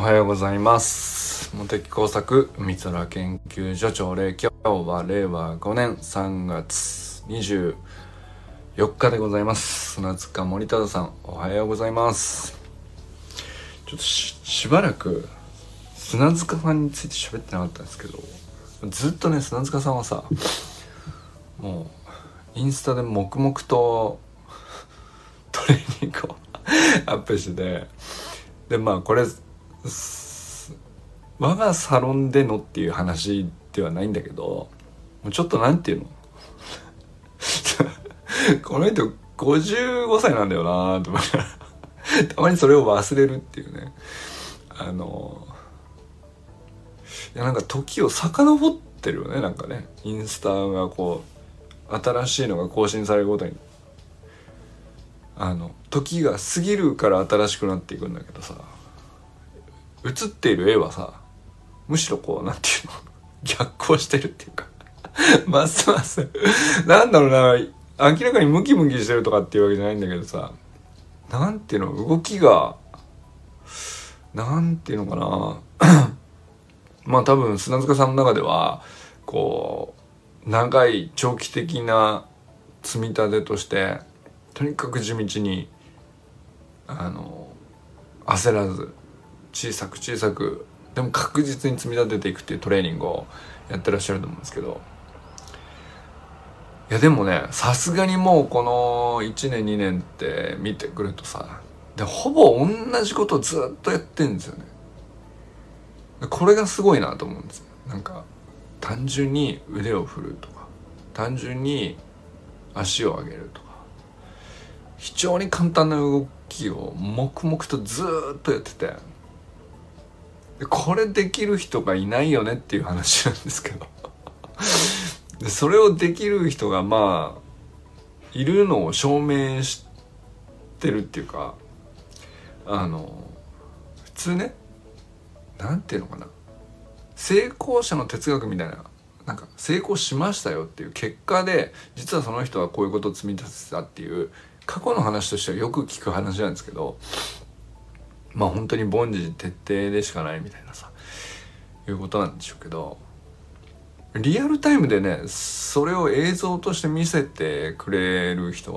はようございます。茂木工作海空研究所朝礼。今日は令和5年3月24日でございます。砂塚森忠さん、おはようございます。ちょっとしばらく砂塚さんについて喋ってなかったんですけど、ずっとね、砂塚さんはさ、もうインスタで黙々とトレーニングをアップしてて、でこれ我がサロンでのっていう話ではないんだけど、もうちょっとなんていうのこの人55歳なんだよなと思ってたまにそれを忘れるっていうね。いや、なんか時を遡ってるよね。なんかね、インスタがこう新しいのが更新されるごとに時が過ぎるから新しくなっていくんだけどさ、写っている絵はさ、むしろこうなんていうの逆行してるっていうかますますなんだろうな、明らかにムキムキしてるとかっていうわけじゃないんだけどさ、なんていうの、動きがなんていうのかな多分砂塚さんの中ではこう長い長期的な積み立てとして、とにかく地道に焦らず小さくでも確実に積み立てていくっていうトレーニングをやってらっしゃると思うんですけど、いやでもね、さすがにもうこの1年2年って見てくるとさ、でほぼ同じことをずっとやってるんですよね。これがすごいなと思うんですよ。なんか単純に腕を振るとか、単純に足を上げるとか、非常に簡単な動きを黙々とずっとやってて、これできる人がいないよねっていう話なんですけどでそれをできる人がいるのを証明してるっていうか、普通ね、なんていうのかな、成功者の哲学みたいな、なんか成功しましたよっていう結果で、実はその人はこういうことを積み立てたっていう過去の話としてはよく聞く話なんですけど、本当に凡事徹底でしかないみたいなさ、いうことなんでしょうけど、リアルタイムでね、それを映像として見せてくれる人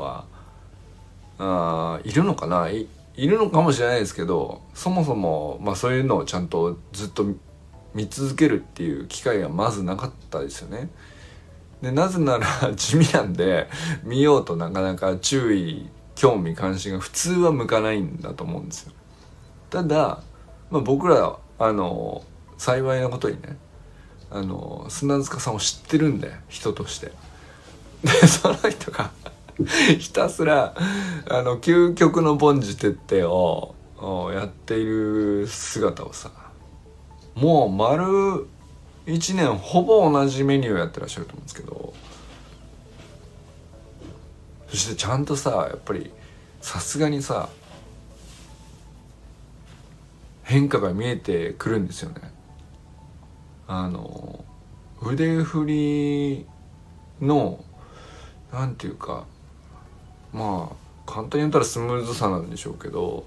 はいるのかな、いるのかもしれないですけど、そもそもそういうのをちゃんとずっと見続けるっていう機会がまずなかったですよね。でなぜなら地味なんで、見ようとなかなか注意興味関心が普通は向かないんだと思うんですよ。ただ、僕ら幸いなことにね、砂塚さんを知ってるんで、人として。でその人がひたすら究極の凡事徹底をやっている姿をさ、もう丸1年ほぼ同じメニューをやってらっしゃると思うんですけど、そしてちゃんとさ、やっぱりさすがにさ変化が見えてくるんですよね。腕振りのなんていうか、簡単に言ったらスムーズさなんでしょうけど、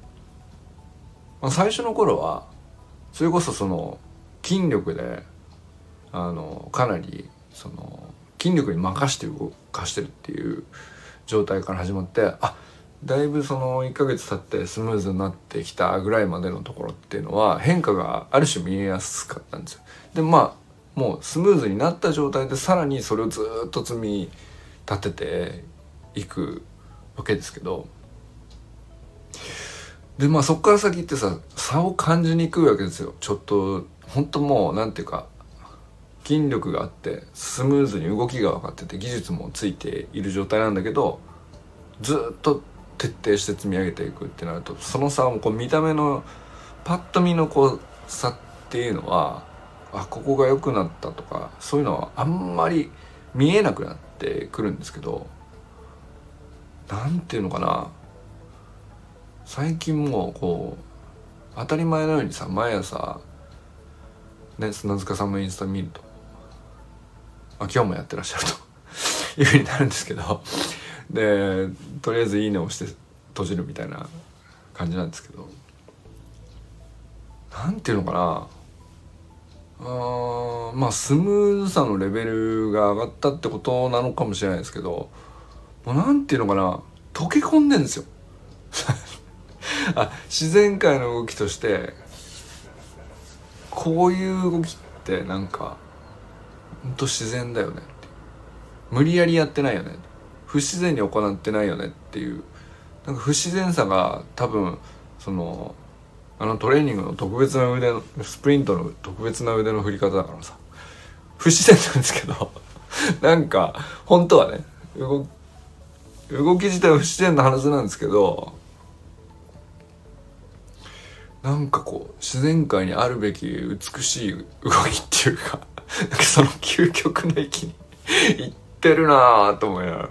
最初の頃はそれこそその筋力でかなりその筋力に任して動かしてるっていう状態から始まって、だいぶその1ヶ月経ってスムーズになってきたぐらいまでのところっていうのは変化がある種見えやすかったんですよ。でもうスムーズになった状態でさらにそれをずっと積み立てていくわけですけど、でそっから先ってさ、差を感じにくいわけですよ。ちょっと本当もうなんていうか、筋力があってスムーズに動きが分かってて技術もついている状態なんだけど、ずっと徹底して積み上げていくってなると、その差をこう見た目のパッと見のこう差っていうのは、ここが良くなったとかそういうのはあんまり見えなくなってくるんですけど、なんていうのかな、最近もうこう当たり前のようにさ、毎朝ね、砂塚さんのインスタ見ると、今日もやってらっしゃるという風になるんですけど、でとりあえずいいねをして閉じるみたいな感じなんですけど、 なんていうのかな、まあスムーズさのレベルが上がったってことなのかもしれないですけど、もうなんていうのかな、溶け込んでんですよ自然界の動きとしてこういう動きってなんかほんと自然だよねって、無理やりやってないよね、不自然に行ってないよねっていう、なんか不自然さが多分そのトレーニングの特別な腕のスプリントの特別な腕の振り方だからさ、不自然なんですけどなんか本当はね、動き自体は不自然なはずなんですけど、なんかこう自然界にあるべき美しい動きっていうかなんかその究極の域に行ってるなぁと思いながら、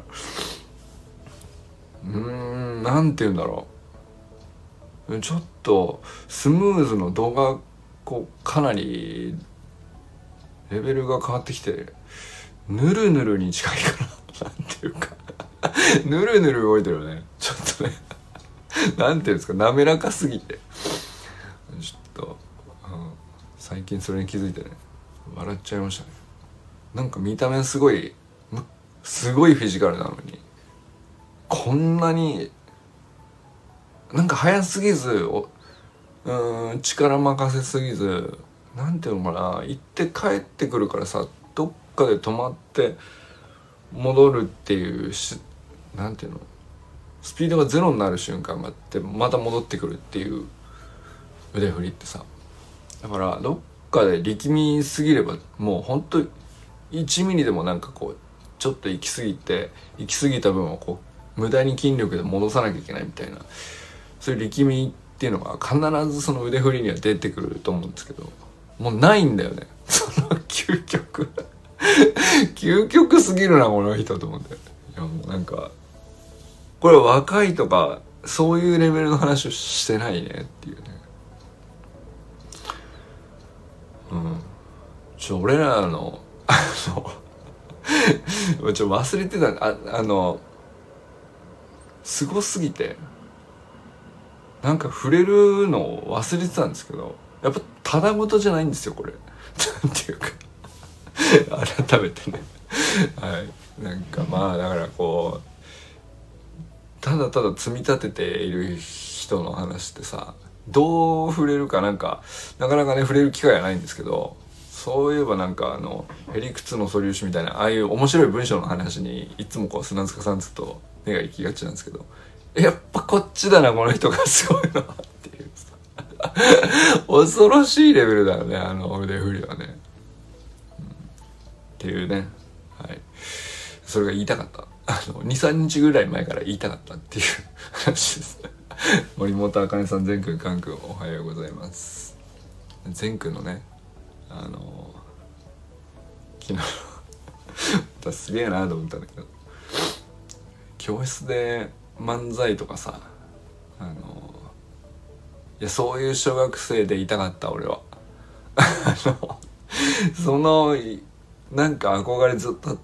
なんて言うんだろう、ちょっとスムーズの動画こうかなりレベルが変わってきて、ぬるぬるに近いかななんていうかぬるぬる動いてるよね、ちょっとねなんていうんですか、滑らかすぎてちょっと、最近それに気づいてね笑っちゃいましたね。なんか見た目すごいフィジカルなのにこんなになんか速すぎず力任せすぎず、なんていうのかな、行って帰ってくるからさ、どっかで止まって戻るっていうなんていうの、スピードがゼロになる瞬間があってまた戻ってくるっていう腕振りってさ、だからどっかで力みすぎればもうほんと1ミリでもなんかこうちょっと行き過ぎた分をこう無駄に筋力で戻さなきゃいけないみたいな、そういう力みっていうのが必ずその腕振りには出てくると思うんですけど、もうないんだよねその究極究極すぎるなこの人と思って、いやもうなんかこれ若いとかそういうレベルの話をしてないねっていうね。俺らの忘れてた、すごすぎてなんか触れるのを忘れてたんですけど、やっぱただごとじゃないんですよこれなんていうか改めてねはいなんかまあだからこうただただ積み立てている人の話ってさ、どう触れるかなんかなかなかね触れる機会がないんですけど、そういえばなんかへりくつの素粒子みたいなああいう面白い文章の話にいつもこう砂塚さんずっと目が行きがちなんですけど、やっぱこっちだなこの人がすごいのっていうさ恐ろしいレベルだよね腕振りはね、っていうね、はい、それが言いたかった、2、3日ぐらい前から言いたかったっていう話です森本茜さん、全くんかんくんおはようございます。全くんのね昨日私すげえなと思ったんだけど、教室で漫才とかさいやそういう小学生でいたかった俺はそのなんか憧れずっとあって、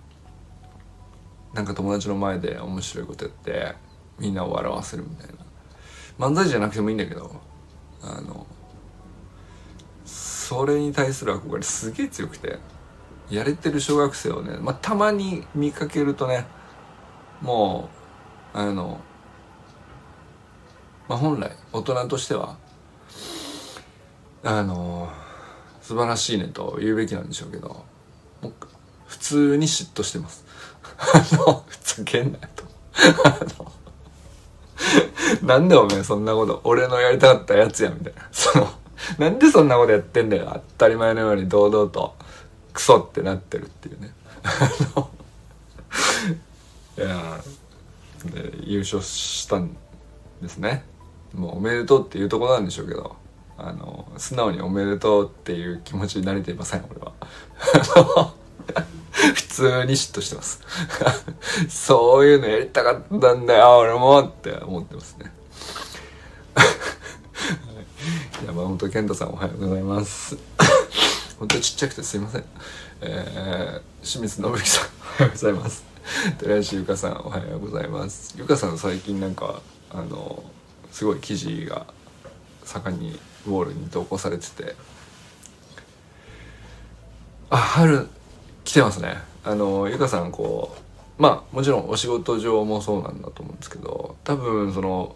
なんか友達の前で面白いことやってみんなを笑わせるみたいな、漫才じゃなくてもいいんだけどそれに対する憧れすげえ強くて、やれてる小学生をね、たまに見かけるとね、もう本来大人としては素晴らしいねと言うべきなんでしょうけど、もう普通に嫉妬してますふざけんなよとなんでおめえそんなこと俺のやりたかったやつやみたいな、なんでそんなことやってんだよ、当たり前のように堂々とクソってなってるっていうねいやで優勝したんですね。もうおめでとうっていうところなんでしょうけど、素直におめでとうっていう気持ちになれていません俺は普通に嫉妬してますそういうのやりたかったんだよ俺もって思ってますね山本健太さんおはようございます本当にちっちゃくてすいません。清水信之さんおはようございます。寺石ゆかさんおはようございます。ゆかさん最近なんかすごい記事が盛んにウォールに投稿されてて、春来てますね。ゆかさんこうまあもちろんお仕事上もそうなんだと思うんですけど、多分その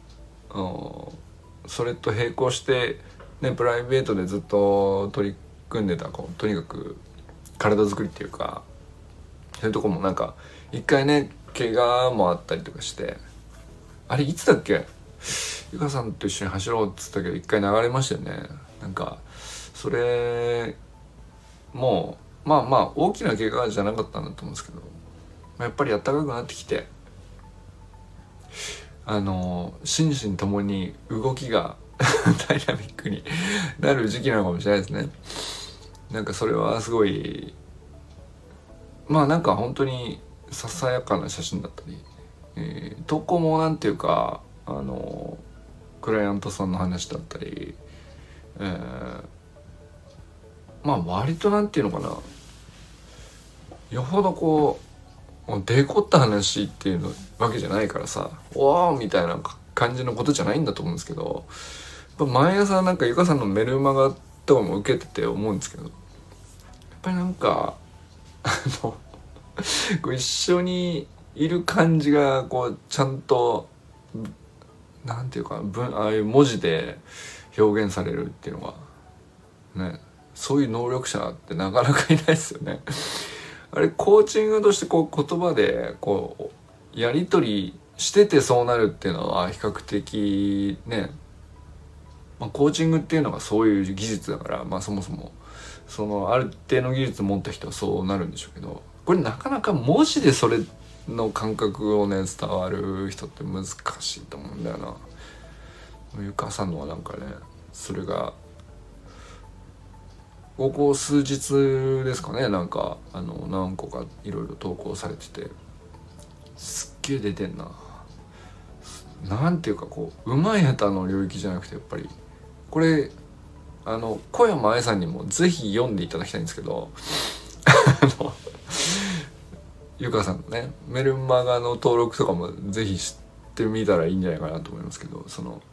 それと並行してね、プライベートでずっと取り組んでたとにかく体作りっていうか、そういうとこもなんか一回ね怪我もあったりとかして、あれいつだっけ、ゆかさんと一緒に走ろうっつったけど一回流れましたよね。なんかそれもうまあ大きな怪我じゃなかったんだと思うんですけど、やっぱり暖かくなってきて、心身ともに動きがダイナミックになる時期なのかもしれないですね。なんかそれはすごい、まあなんか本当にささやかな写真だったり、投稿もなんていうかクライアントさんの話だったり、まあ割となんていうのかな、よほどこうデコった話っていうのわけじゃないからさ、わーみたいな感じのことじゃないんだと思うんですけど、やっぱ毎朝なんかゆかさんのメルマガとかも受けてて思うんですけど、やっぱりなんかこう一緒にいる感じがこうちゃんとなんていうかああいう文字で表現されるっていうのがね、そういう能力者ってなかなかいないですよね。あれコーチングとしてこう言葉でこうやり取りしててそうなるっていうのは比較的ね、コーチングっていうのがそういう技術だから、そもそもそのある程度の技術を持った人はそうなるんでしょうけど、これなかなか文字でそれの感覚をね伝わる人って難しいと思うんだよな。ゆかさんのはなんかね、それがここ数日ですかね、なんか何個かいろいろ投稿されてて、すっげえ出てんな。なんていうかこう上手い下手の領域じゃなくて、やっぱりこれ小山愛さんにもぜひ読んでいただきたいんですけどゆかさんのねメルマガの登録とかもぜひ知ってみたらいいんじゃないかなと思いますけど、その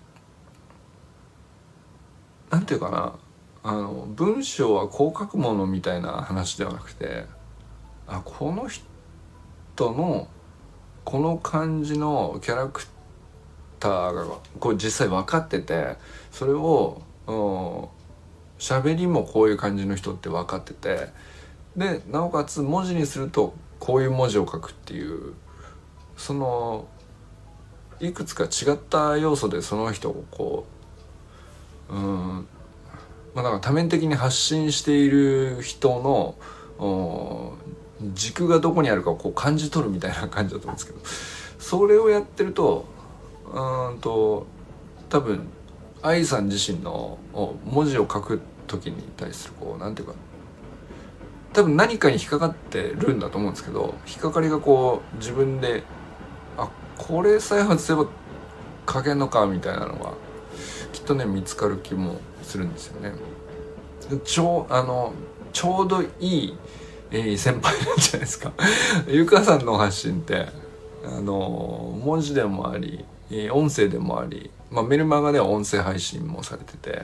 なんていうかな、文章はこう書くものみたいな話ではなくて、この人のこの感じのキャラクターがこう実際分かってて、それを喋りもこういう感じの人って分かってて、でなおかつ文字にするとこういう文字を書くっていう、そのいくつか違った要素でその人をこうだから多面的に発信している人の軸がどこにあるかをこう感じ取るみたいな感じだと思うんですけど、それをやってると多分愛さん自身の文字を書く時に対するこうなんていうか、多分何かに引っかかってるんだと思うんですけど、引っかかりがこう自分でこれさえ外せば書けんのかみたいなのがきっとね見つかる気もするんですよね。ちょうどいい、先輩なんじゃないですかゆかさんの発信って文字でもあり音声でもあり、メルマガでは音声配信もされてて、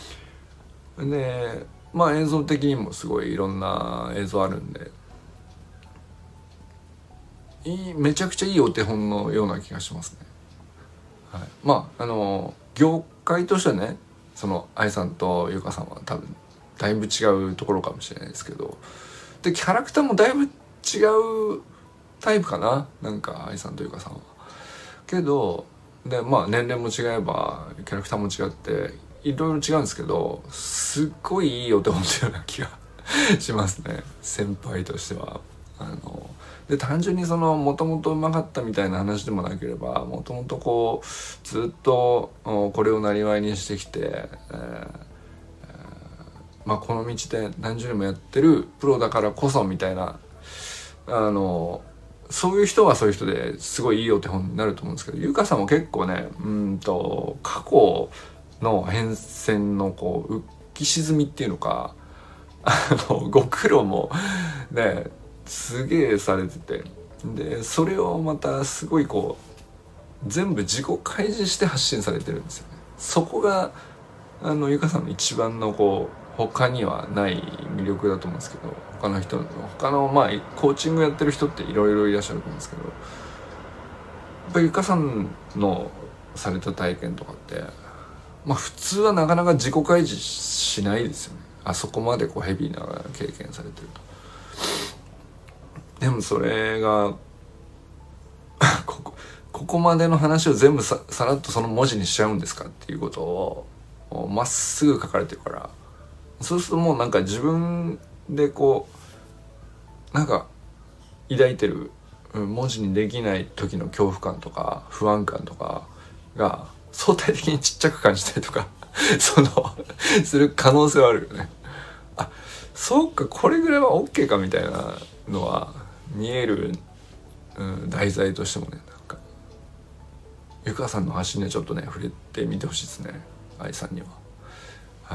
で映像的にもすごいいろんな映像あるんで、めちゃくちゃいいお手本のような気がしますね。はい、業界としてはね、その愛さんとゆかさんは多分だいぶ違うところかもしれないですけど、でキャラクターもだいぶ違うタイプかな、なんか愛さんとゆかさんは。けどで年齢も違えばキャラクターも違っていろいろ違うんですけど、すっごいいいお手本のような気がしますね、先輩としては。で単純にそのもともとうまかったみたいな話でもなければ、もともとこうずっとこれをなりわいにしてきて、この道で何十年もやってるプロだからこそみたいな、そういう人はそういう人ですごいいいお手本になると思うんですけど、ゆかさんも結構ね過去の変遷のこう浮き沈みっていうのかご苦労もねすげえされてて、でそれをまたすごいこう全部自己開示して発信されてるんですよね。そこがゆかさんの一番のこう他にはない魅力だと思うんですけど、他のまあコーチングやってる人っていろいろいらっしゃると思うんですけど、やっぱりゆかさんのされた体験とかってまあ普通はなかなか自己開示しないですよね。あそこまでこうヘビーな経験されてると。でもそれがここまでの話を全部さらっとその文字にしちゃうんですかっていうことをまっすぐ書かれてるから、そうするともうなんか自分でこうなんか抱いてる文字にできない時の恐怖感とか不安感とかが相対的にちっちゃく感じたりとかする可能性はあるよね。あ、そうか、これぐらいは OK かみたいなのは見える、題材としてもね、なんかゆかさんの発信でちょっとね触れてみてほしいですね、愛さんには。はい。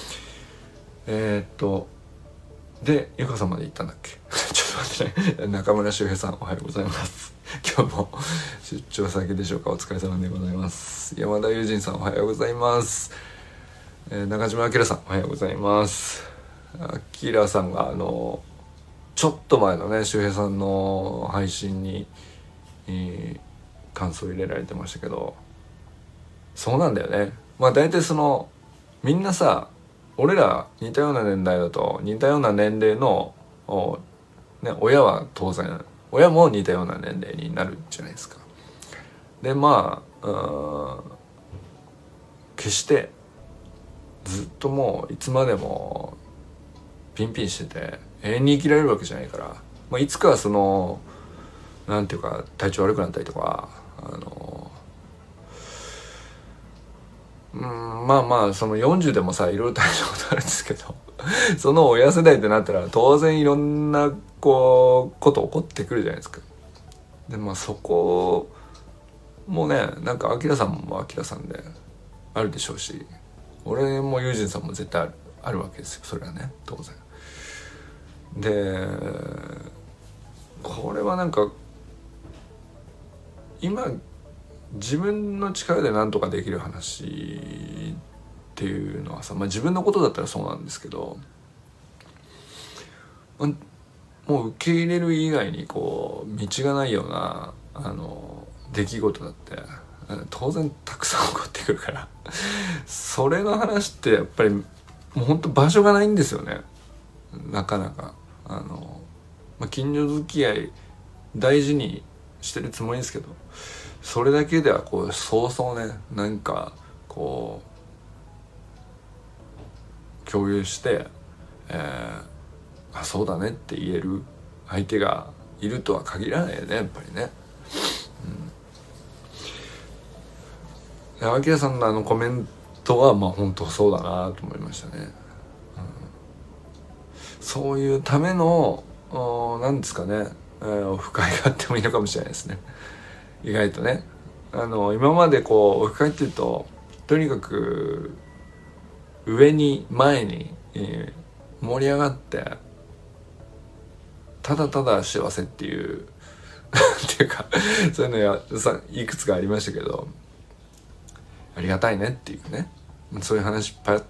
でゆかさんまで行ったんだっけちょっと待ってね。中村修平さんおはようございます。今日も出張先でしょうか。お疲れ様でございます。山田友人さんおはようございます。中島明さんおはようございます。明さんがちょっと前のね周平さんの配信に、感想入れられてましたけど、そうなんだよね。まあ大体みんなさ、俺ら似たような年代だと似たような年齢のね、親は当然親も似たような年齢になるじゃないですか。でまあ決してずっともういつまでもピンピンしてて永遠に生きられるわけじゃないから、まあ、いつかはなんていうか体調悪くなったりとかまあまあ40でもさいろいろ大したことあるんですけどその親世代ってなったら当然いろんなこと起こってくるじゃないですか。でまあそこもね、なんかアキラさんもアキラさんであるでしょうし、俺もユージンさんも絶対あるわけですよ、それはね、当然。でこれはなんか今自分の力で何とかできる話っていうのはさ、まあ自分のことだったらそうなんですけど、もう受け入れる以外に道がないような出来事だって当然たくさん起こってくるからそれの話ってやっぱりもうほんと場所がないんですよね、なかなか。近所付き合い大事にしてるつもりですけど、それだけではそうそうね、なんか共有して、あ、そうだねって言える相手がいるとは限らないよね、やっぱりね。アキラさんのコメントはまあ本当そうだなと思いましたね。そういうためのなんですかね、オフ会があってもいいのかもしれないですね、意外とね。今までオフ会っていうととにかく上に前に、盛り上がってただただ幸せっていうっていうかそういうのいくつかありましたけど、ありがたいねっていうね、そういう話いっぱいあって、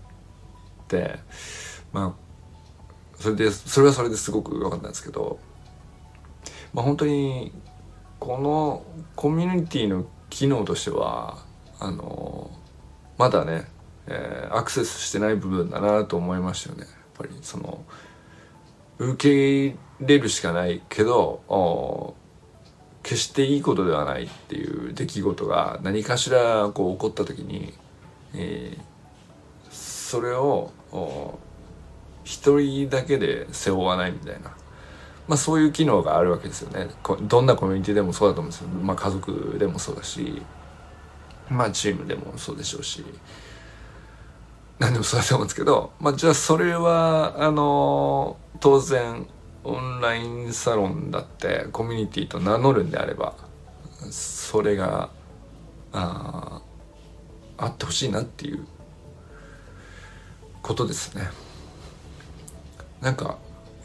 まあそれはそれですごく良かったんですけど、まあ本当にこのコミュニティの機能としてはまだね、アクセスしてない部分だなと思いましたよね。やっぱり受け入れるしかないけど決していいことではないっていう出来事が何かしら起こった時に、それを一人だけで背負わないみたいな、まあそういう機能があるわけですよね。どんなコミュニティでもそうだと思うんですよ。まあ家族でもそうだし、まあチームでもそうでしょうし、何でもそうだと思うんですけど、まあじゃあそれは当然オンラインサロンだってコミュニティと名乗るんであればそれがあってほしいなっていうことですね。なんか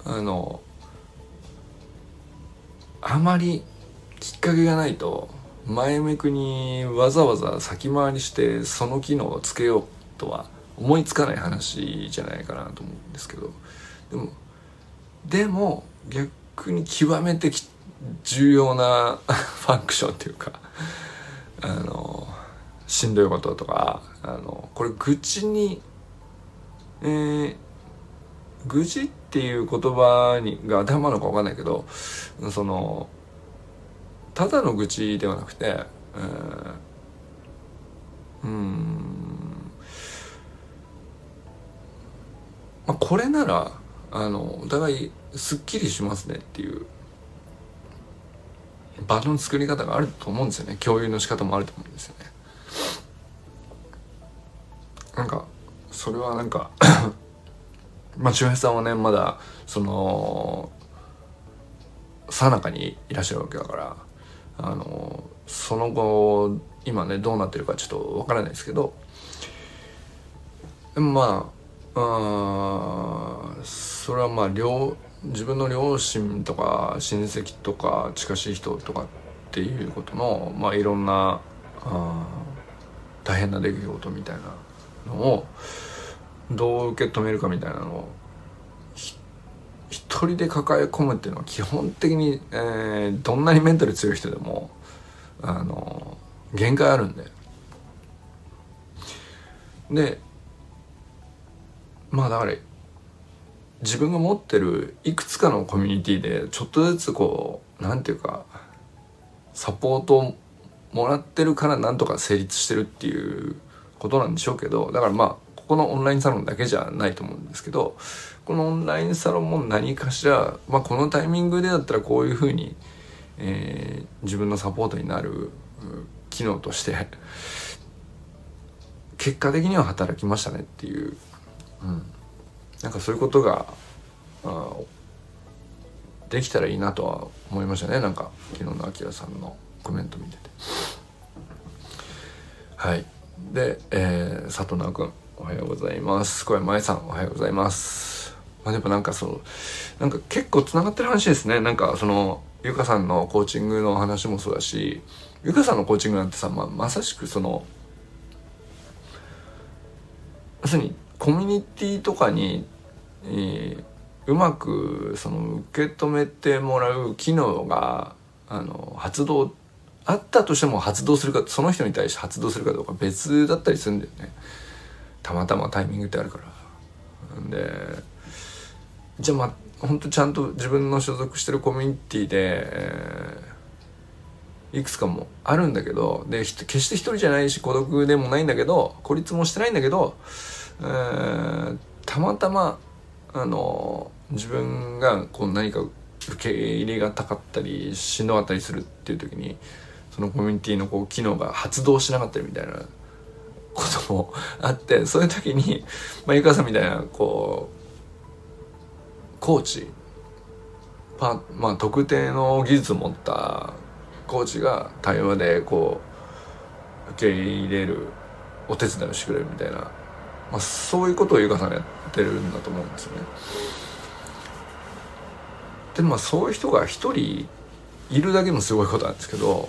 あまりきっかけがないと前向きにわざわざ先回りしてその機能をつけようとは思いつかない話じゃないかなと思うんですけど、でも逆に極めて重要なファンクションっていうか、しんどいこととか、これ愚痴に、愚痴っていう言葉が当てはまるのか分かんないけど、ただの愚痴ではなくて、これならお互いすっきりしますねっていう場の作り方があると思うんですよね。共有の仕方もあると思うんですよね。なんかそれはなんか周平さんはねまだ最中にいらっしゃるわけだから、その後今ねどうなってるかちょっとわからないですけど、でもそれは自分の両親とか親戚とか近しい人とかっていうことのいろんな大変な出来事みたいなのをどう受け止めるかみたいなのを一人で抱え込むっていうのは基本的に、どんなにメンタル強い人でも限界あるんで、だから自分が持ってるいくつかのコミュニティでちょっとずつなんていうかサポートをもらってるからなんとか成立してるっていうことなんでしょうけど、だからここのオンラインサロンだけじゃないと思うんですけど、このオンラインサロンも何かしら、このタイミングでだったらこういうふうに、自分のサポートになる機能として結果的には働きましたねっていう、なんかそういうことができたらいいなとは思いましたね。なんか昨日のあきらさんのコメント見てて、はい。で、佐藤直くんおはようございます。小山舞さんおはようございます。でもなんか結構つながってる話ですね。なんかゆかさんのコーチングの話もそうだし、ゆかさんのコーチングなんてさ、まさしく要するにコミュニティとかに、うまく受け止めてもらう機能が発動あったとしても発動するか、その人に対して発動するかどうか別だったりするんだよね。たまたまタイミングってあるから。でじゃあほんとちゃんと自分の所属してるコミュニティで、いくつかもあるんだけど、で決して一人じゃないし孤独でもないんだけど、孤立もしてないんだけど、たまたま自分が何か受け入れがたかったりしんどかったりするっていう時に、そのコミュニティの機能が発動しなかったりみたいなこともあって、そういう時にゆかさんみたいなコーチ特定の技術を持ったコーチが対話で受け入れるお手伝いをしてくれるみたいな、そういうことをゆかさんやってるんだと思うんですよね。でそういう人が一人いるだけもすごいことなんですけど、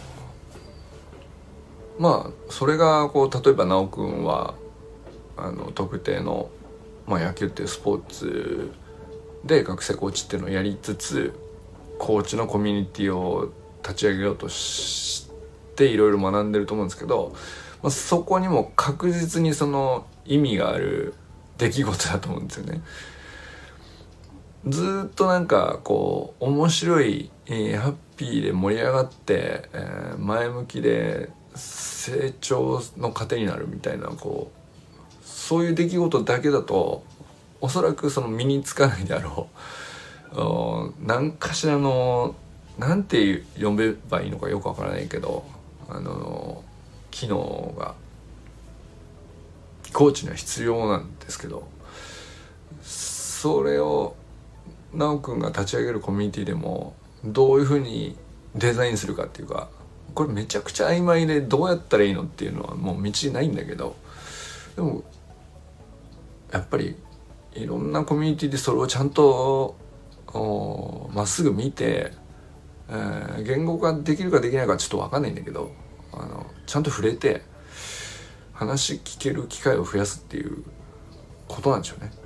それが例えば直くんは特定の、野球っていうスポーツで学生コーチっていうのをやりつつ、コーチのコミュニティを立ち上げようとしていろいろ学んでると思うんですけど、そこにも確実に意味がある出来事だと思うんですよね。ずっとなんか面白い、ハッピーで盛り上がって、前向きで成長の糧になるみたいなそういう出来事だけだとおそらく身につかないであろう何かしらのなんて呼べばいいのかよくわからないけど機能がコーチには必要なんですけど、それを直くんが立ち上げるコミュニティでもどういうふうにデザインするかっていうか、これめちゃくちゃ曖昧でどうやったらいいのっていうのはもう道ないんだけど、でもやっぱりいろんなコミュニティでそれをちゃんとまっすぐ見て、言語化できるかできないかちょっと分かんないんだけど、ちゃんと触れて話聞ける機会を増やすっていうことなんでしょうね。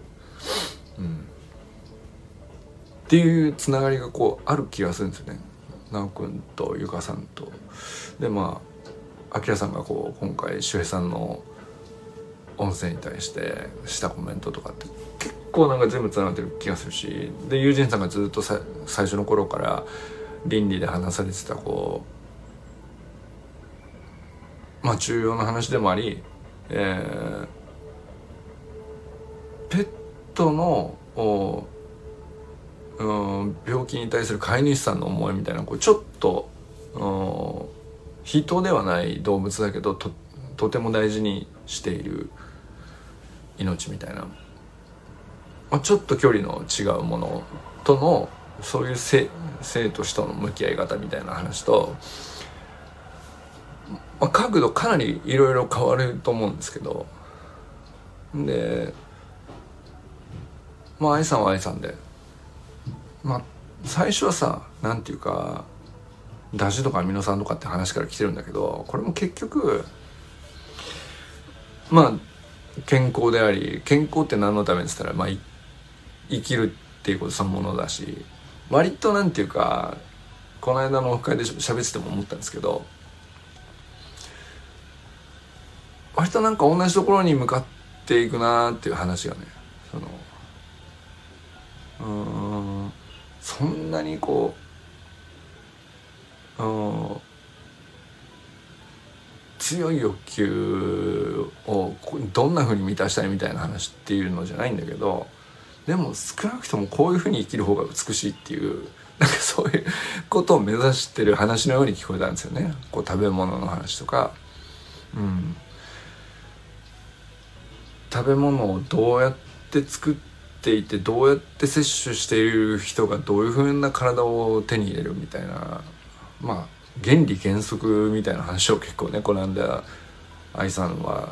っていうつながりがこうある気がするんですよね。直くんとゆかさんとであきらさんがこう今回周平さんの音声に対してしたコメントとかって結構なんか全部つながってる気がするし、でユージンさんがずっと最初の頃から倫理で話されてたこう重要な話でもあり、ペットの病気に対する飼い主さんの思いみたいなこうちょっと人ではない動物だけど とても大事にしている命みたいな、ちょっと距離の違うものとのそういう生と死との向き合い方みたいな話と、角度かなりいろいろ変わると思うんですけど、で愛さんは愛さんで最初はさなんていうかダシとかアミノ酸とかって話から来てるんだけど、これも結局健康であり、健康って何のために言ったら生きるっていうことそのものだし、割となんていうかこの間のオフ会で喋ってても思ったんですけど、割となんか同じところに向かっていくなっていう話がね、そんなにこう強い欲求をどんな風に満たしたいみたいな話っていうのじゃないんだけど、でも少なくともこういう風に生きる方が美しいっていうなんかそういうことを目指してる話のように聞こえたんですよね。こう食べ物の話とか、食べ物をどうやって作っていてどうやって摂取している人がどういう風な体を手に入れるみたいな原理原則みたいな話を結構ねこの間愛さんは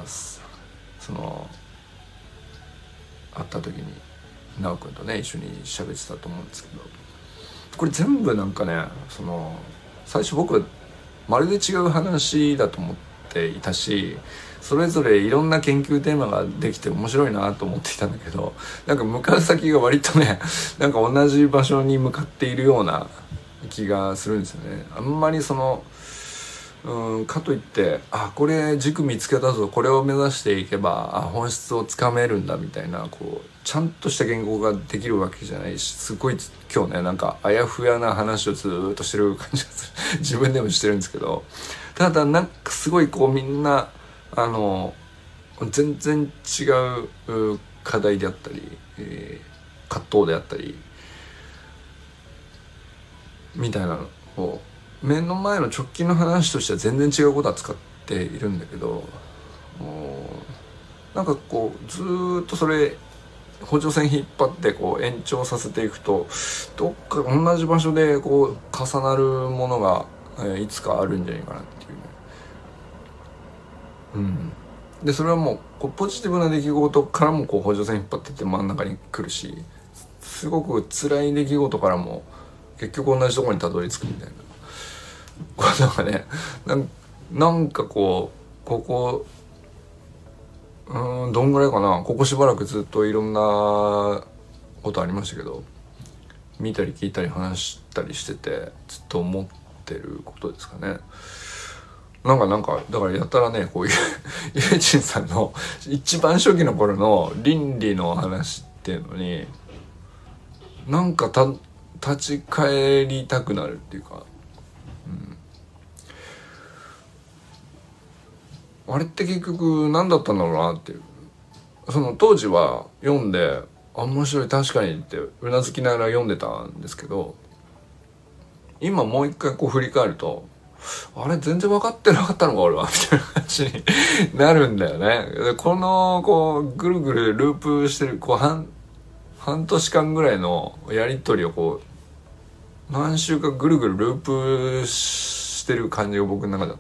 会った時に直くんとね一緒に喋ってたと思うんですけど、これ全部なんかね最初僕はまるで違う話だと思っていたし、それぞれいろんな研究テーマができて面白いなと思っていたんだけど、なんか向かう先が割とねなんか同じ場所に向かっているような気がするんですよね。あんまりかといってこれ軸見つけたぞ、これを目指していけば本質をつかめるんだみたいなこうちゃんとした言語ができるわけじゃないし、すごい今日ねなんかあやふやな話をずっとしてる感じがする自分でもしてるんですけど、ただなんかすごいこうみんな全然違う課題であったり、葛藤であったりみたいなのを目の前の直近の話としては全然違うことは使っているんだけど、なんかこうずっとそれ補助線引っ張ってこう延長させていくとどっか同じ場所でこう重なるものが、いつかあるんじゃないかなっていうね。でそれはもうこうポジティブな出来事からもこう補助線引っ張ってって真ん中に来るし、すごく辛い出来事からも結局同じところにたどり着くみたいな、こうなんかねなんかここどんぐらいかな、ここしばらくずっといろんなことありましたけど、見たり聞いたり話したりしててずっと思ってることですかね。なんかだからやったらねこういうゆうちんさんの一番初期の頃の倫理の話っていうのになんか立ち返りたくなるっていうか、あれって結局何だったんだろうなっていう、当時は読んで面白い確かにってうなずきながら読んでたんですけど、今もう一回こう振り返るとあれ全然分かってなかったのか俺はみたいな感じになるんだよね。このこうぐるぐるループしてるこう半年間ぐらいのやり取りをこう何週かぐるぐるループしてる感じが僕の中であって、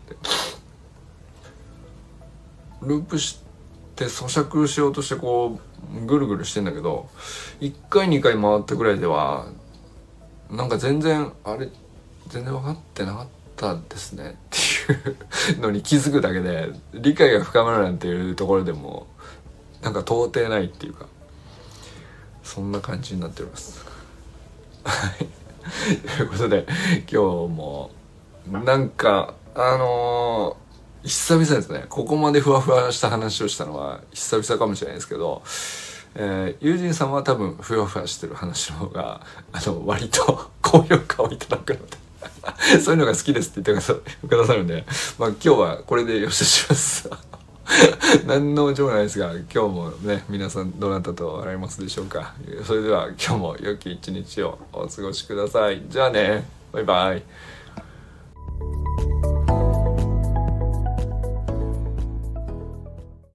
ループして咀嚼しようとしてこうぐるぐるしてんだけど、1回2回回ったぐらいではなんか全然分かってなかったですねっていうのに気づくだけで理解が深まるなんていうところでもなんか到底ないっていうか、そんな感じになっております。はいということで今日もなんか久々ですね。ここまでふわふわした話をしたのは久々かもしれないですけど、友人さんは多分ふわふわしてる話の方が割と高評価をいただくのでそういうのが好きですって言ってくださるんで、まあ今日はこれでよしとします何の情もないですが、今日もね皆さんどなたと笑いますでしょうか。それでは今日も良き一日をお過ごしください。じゃあね、バイバイ。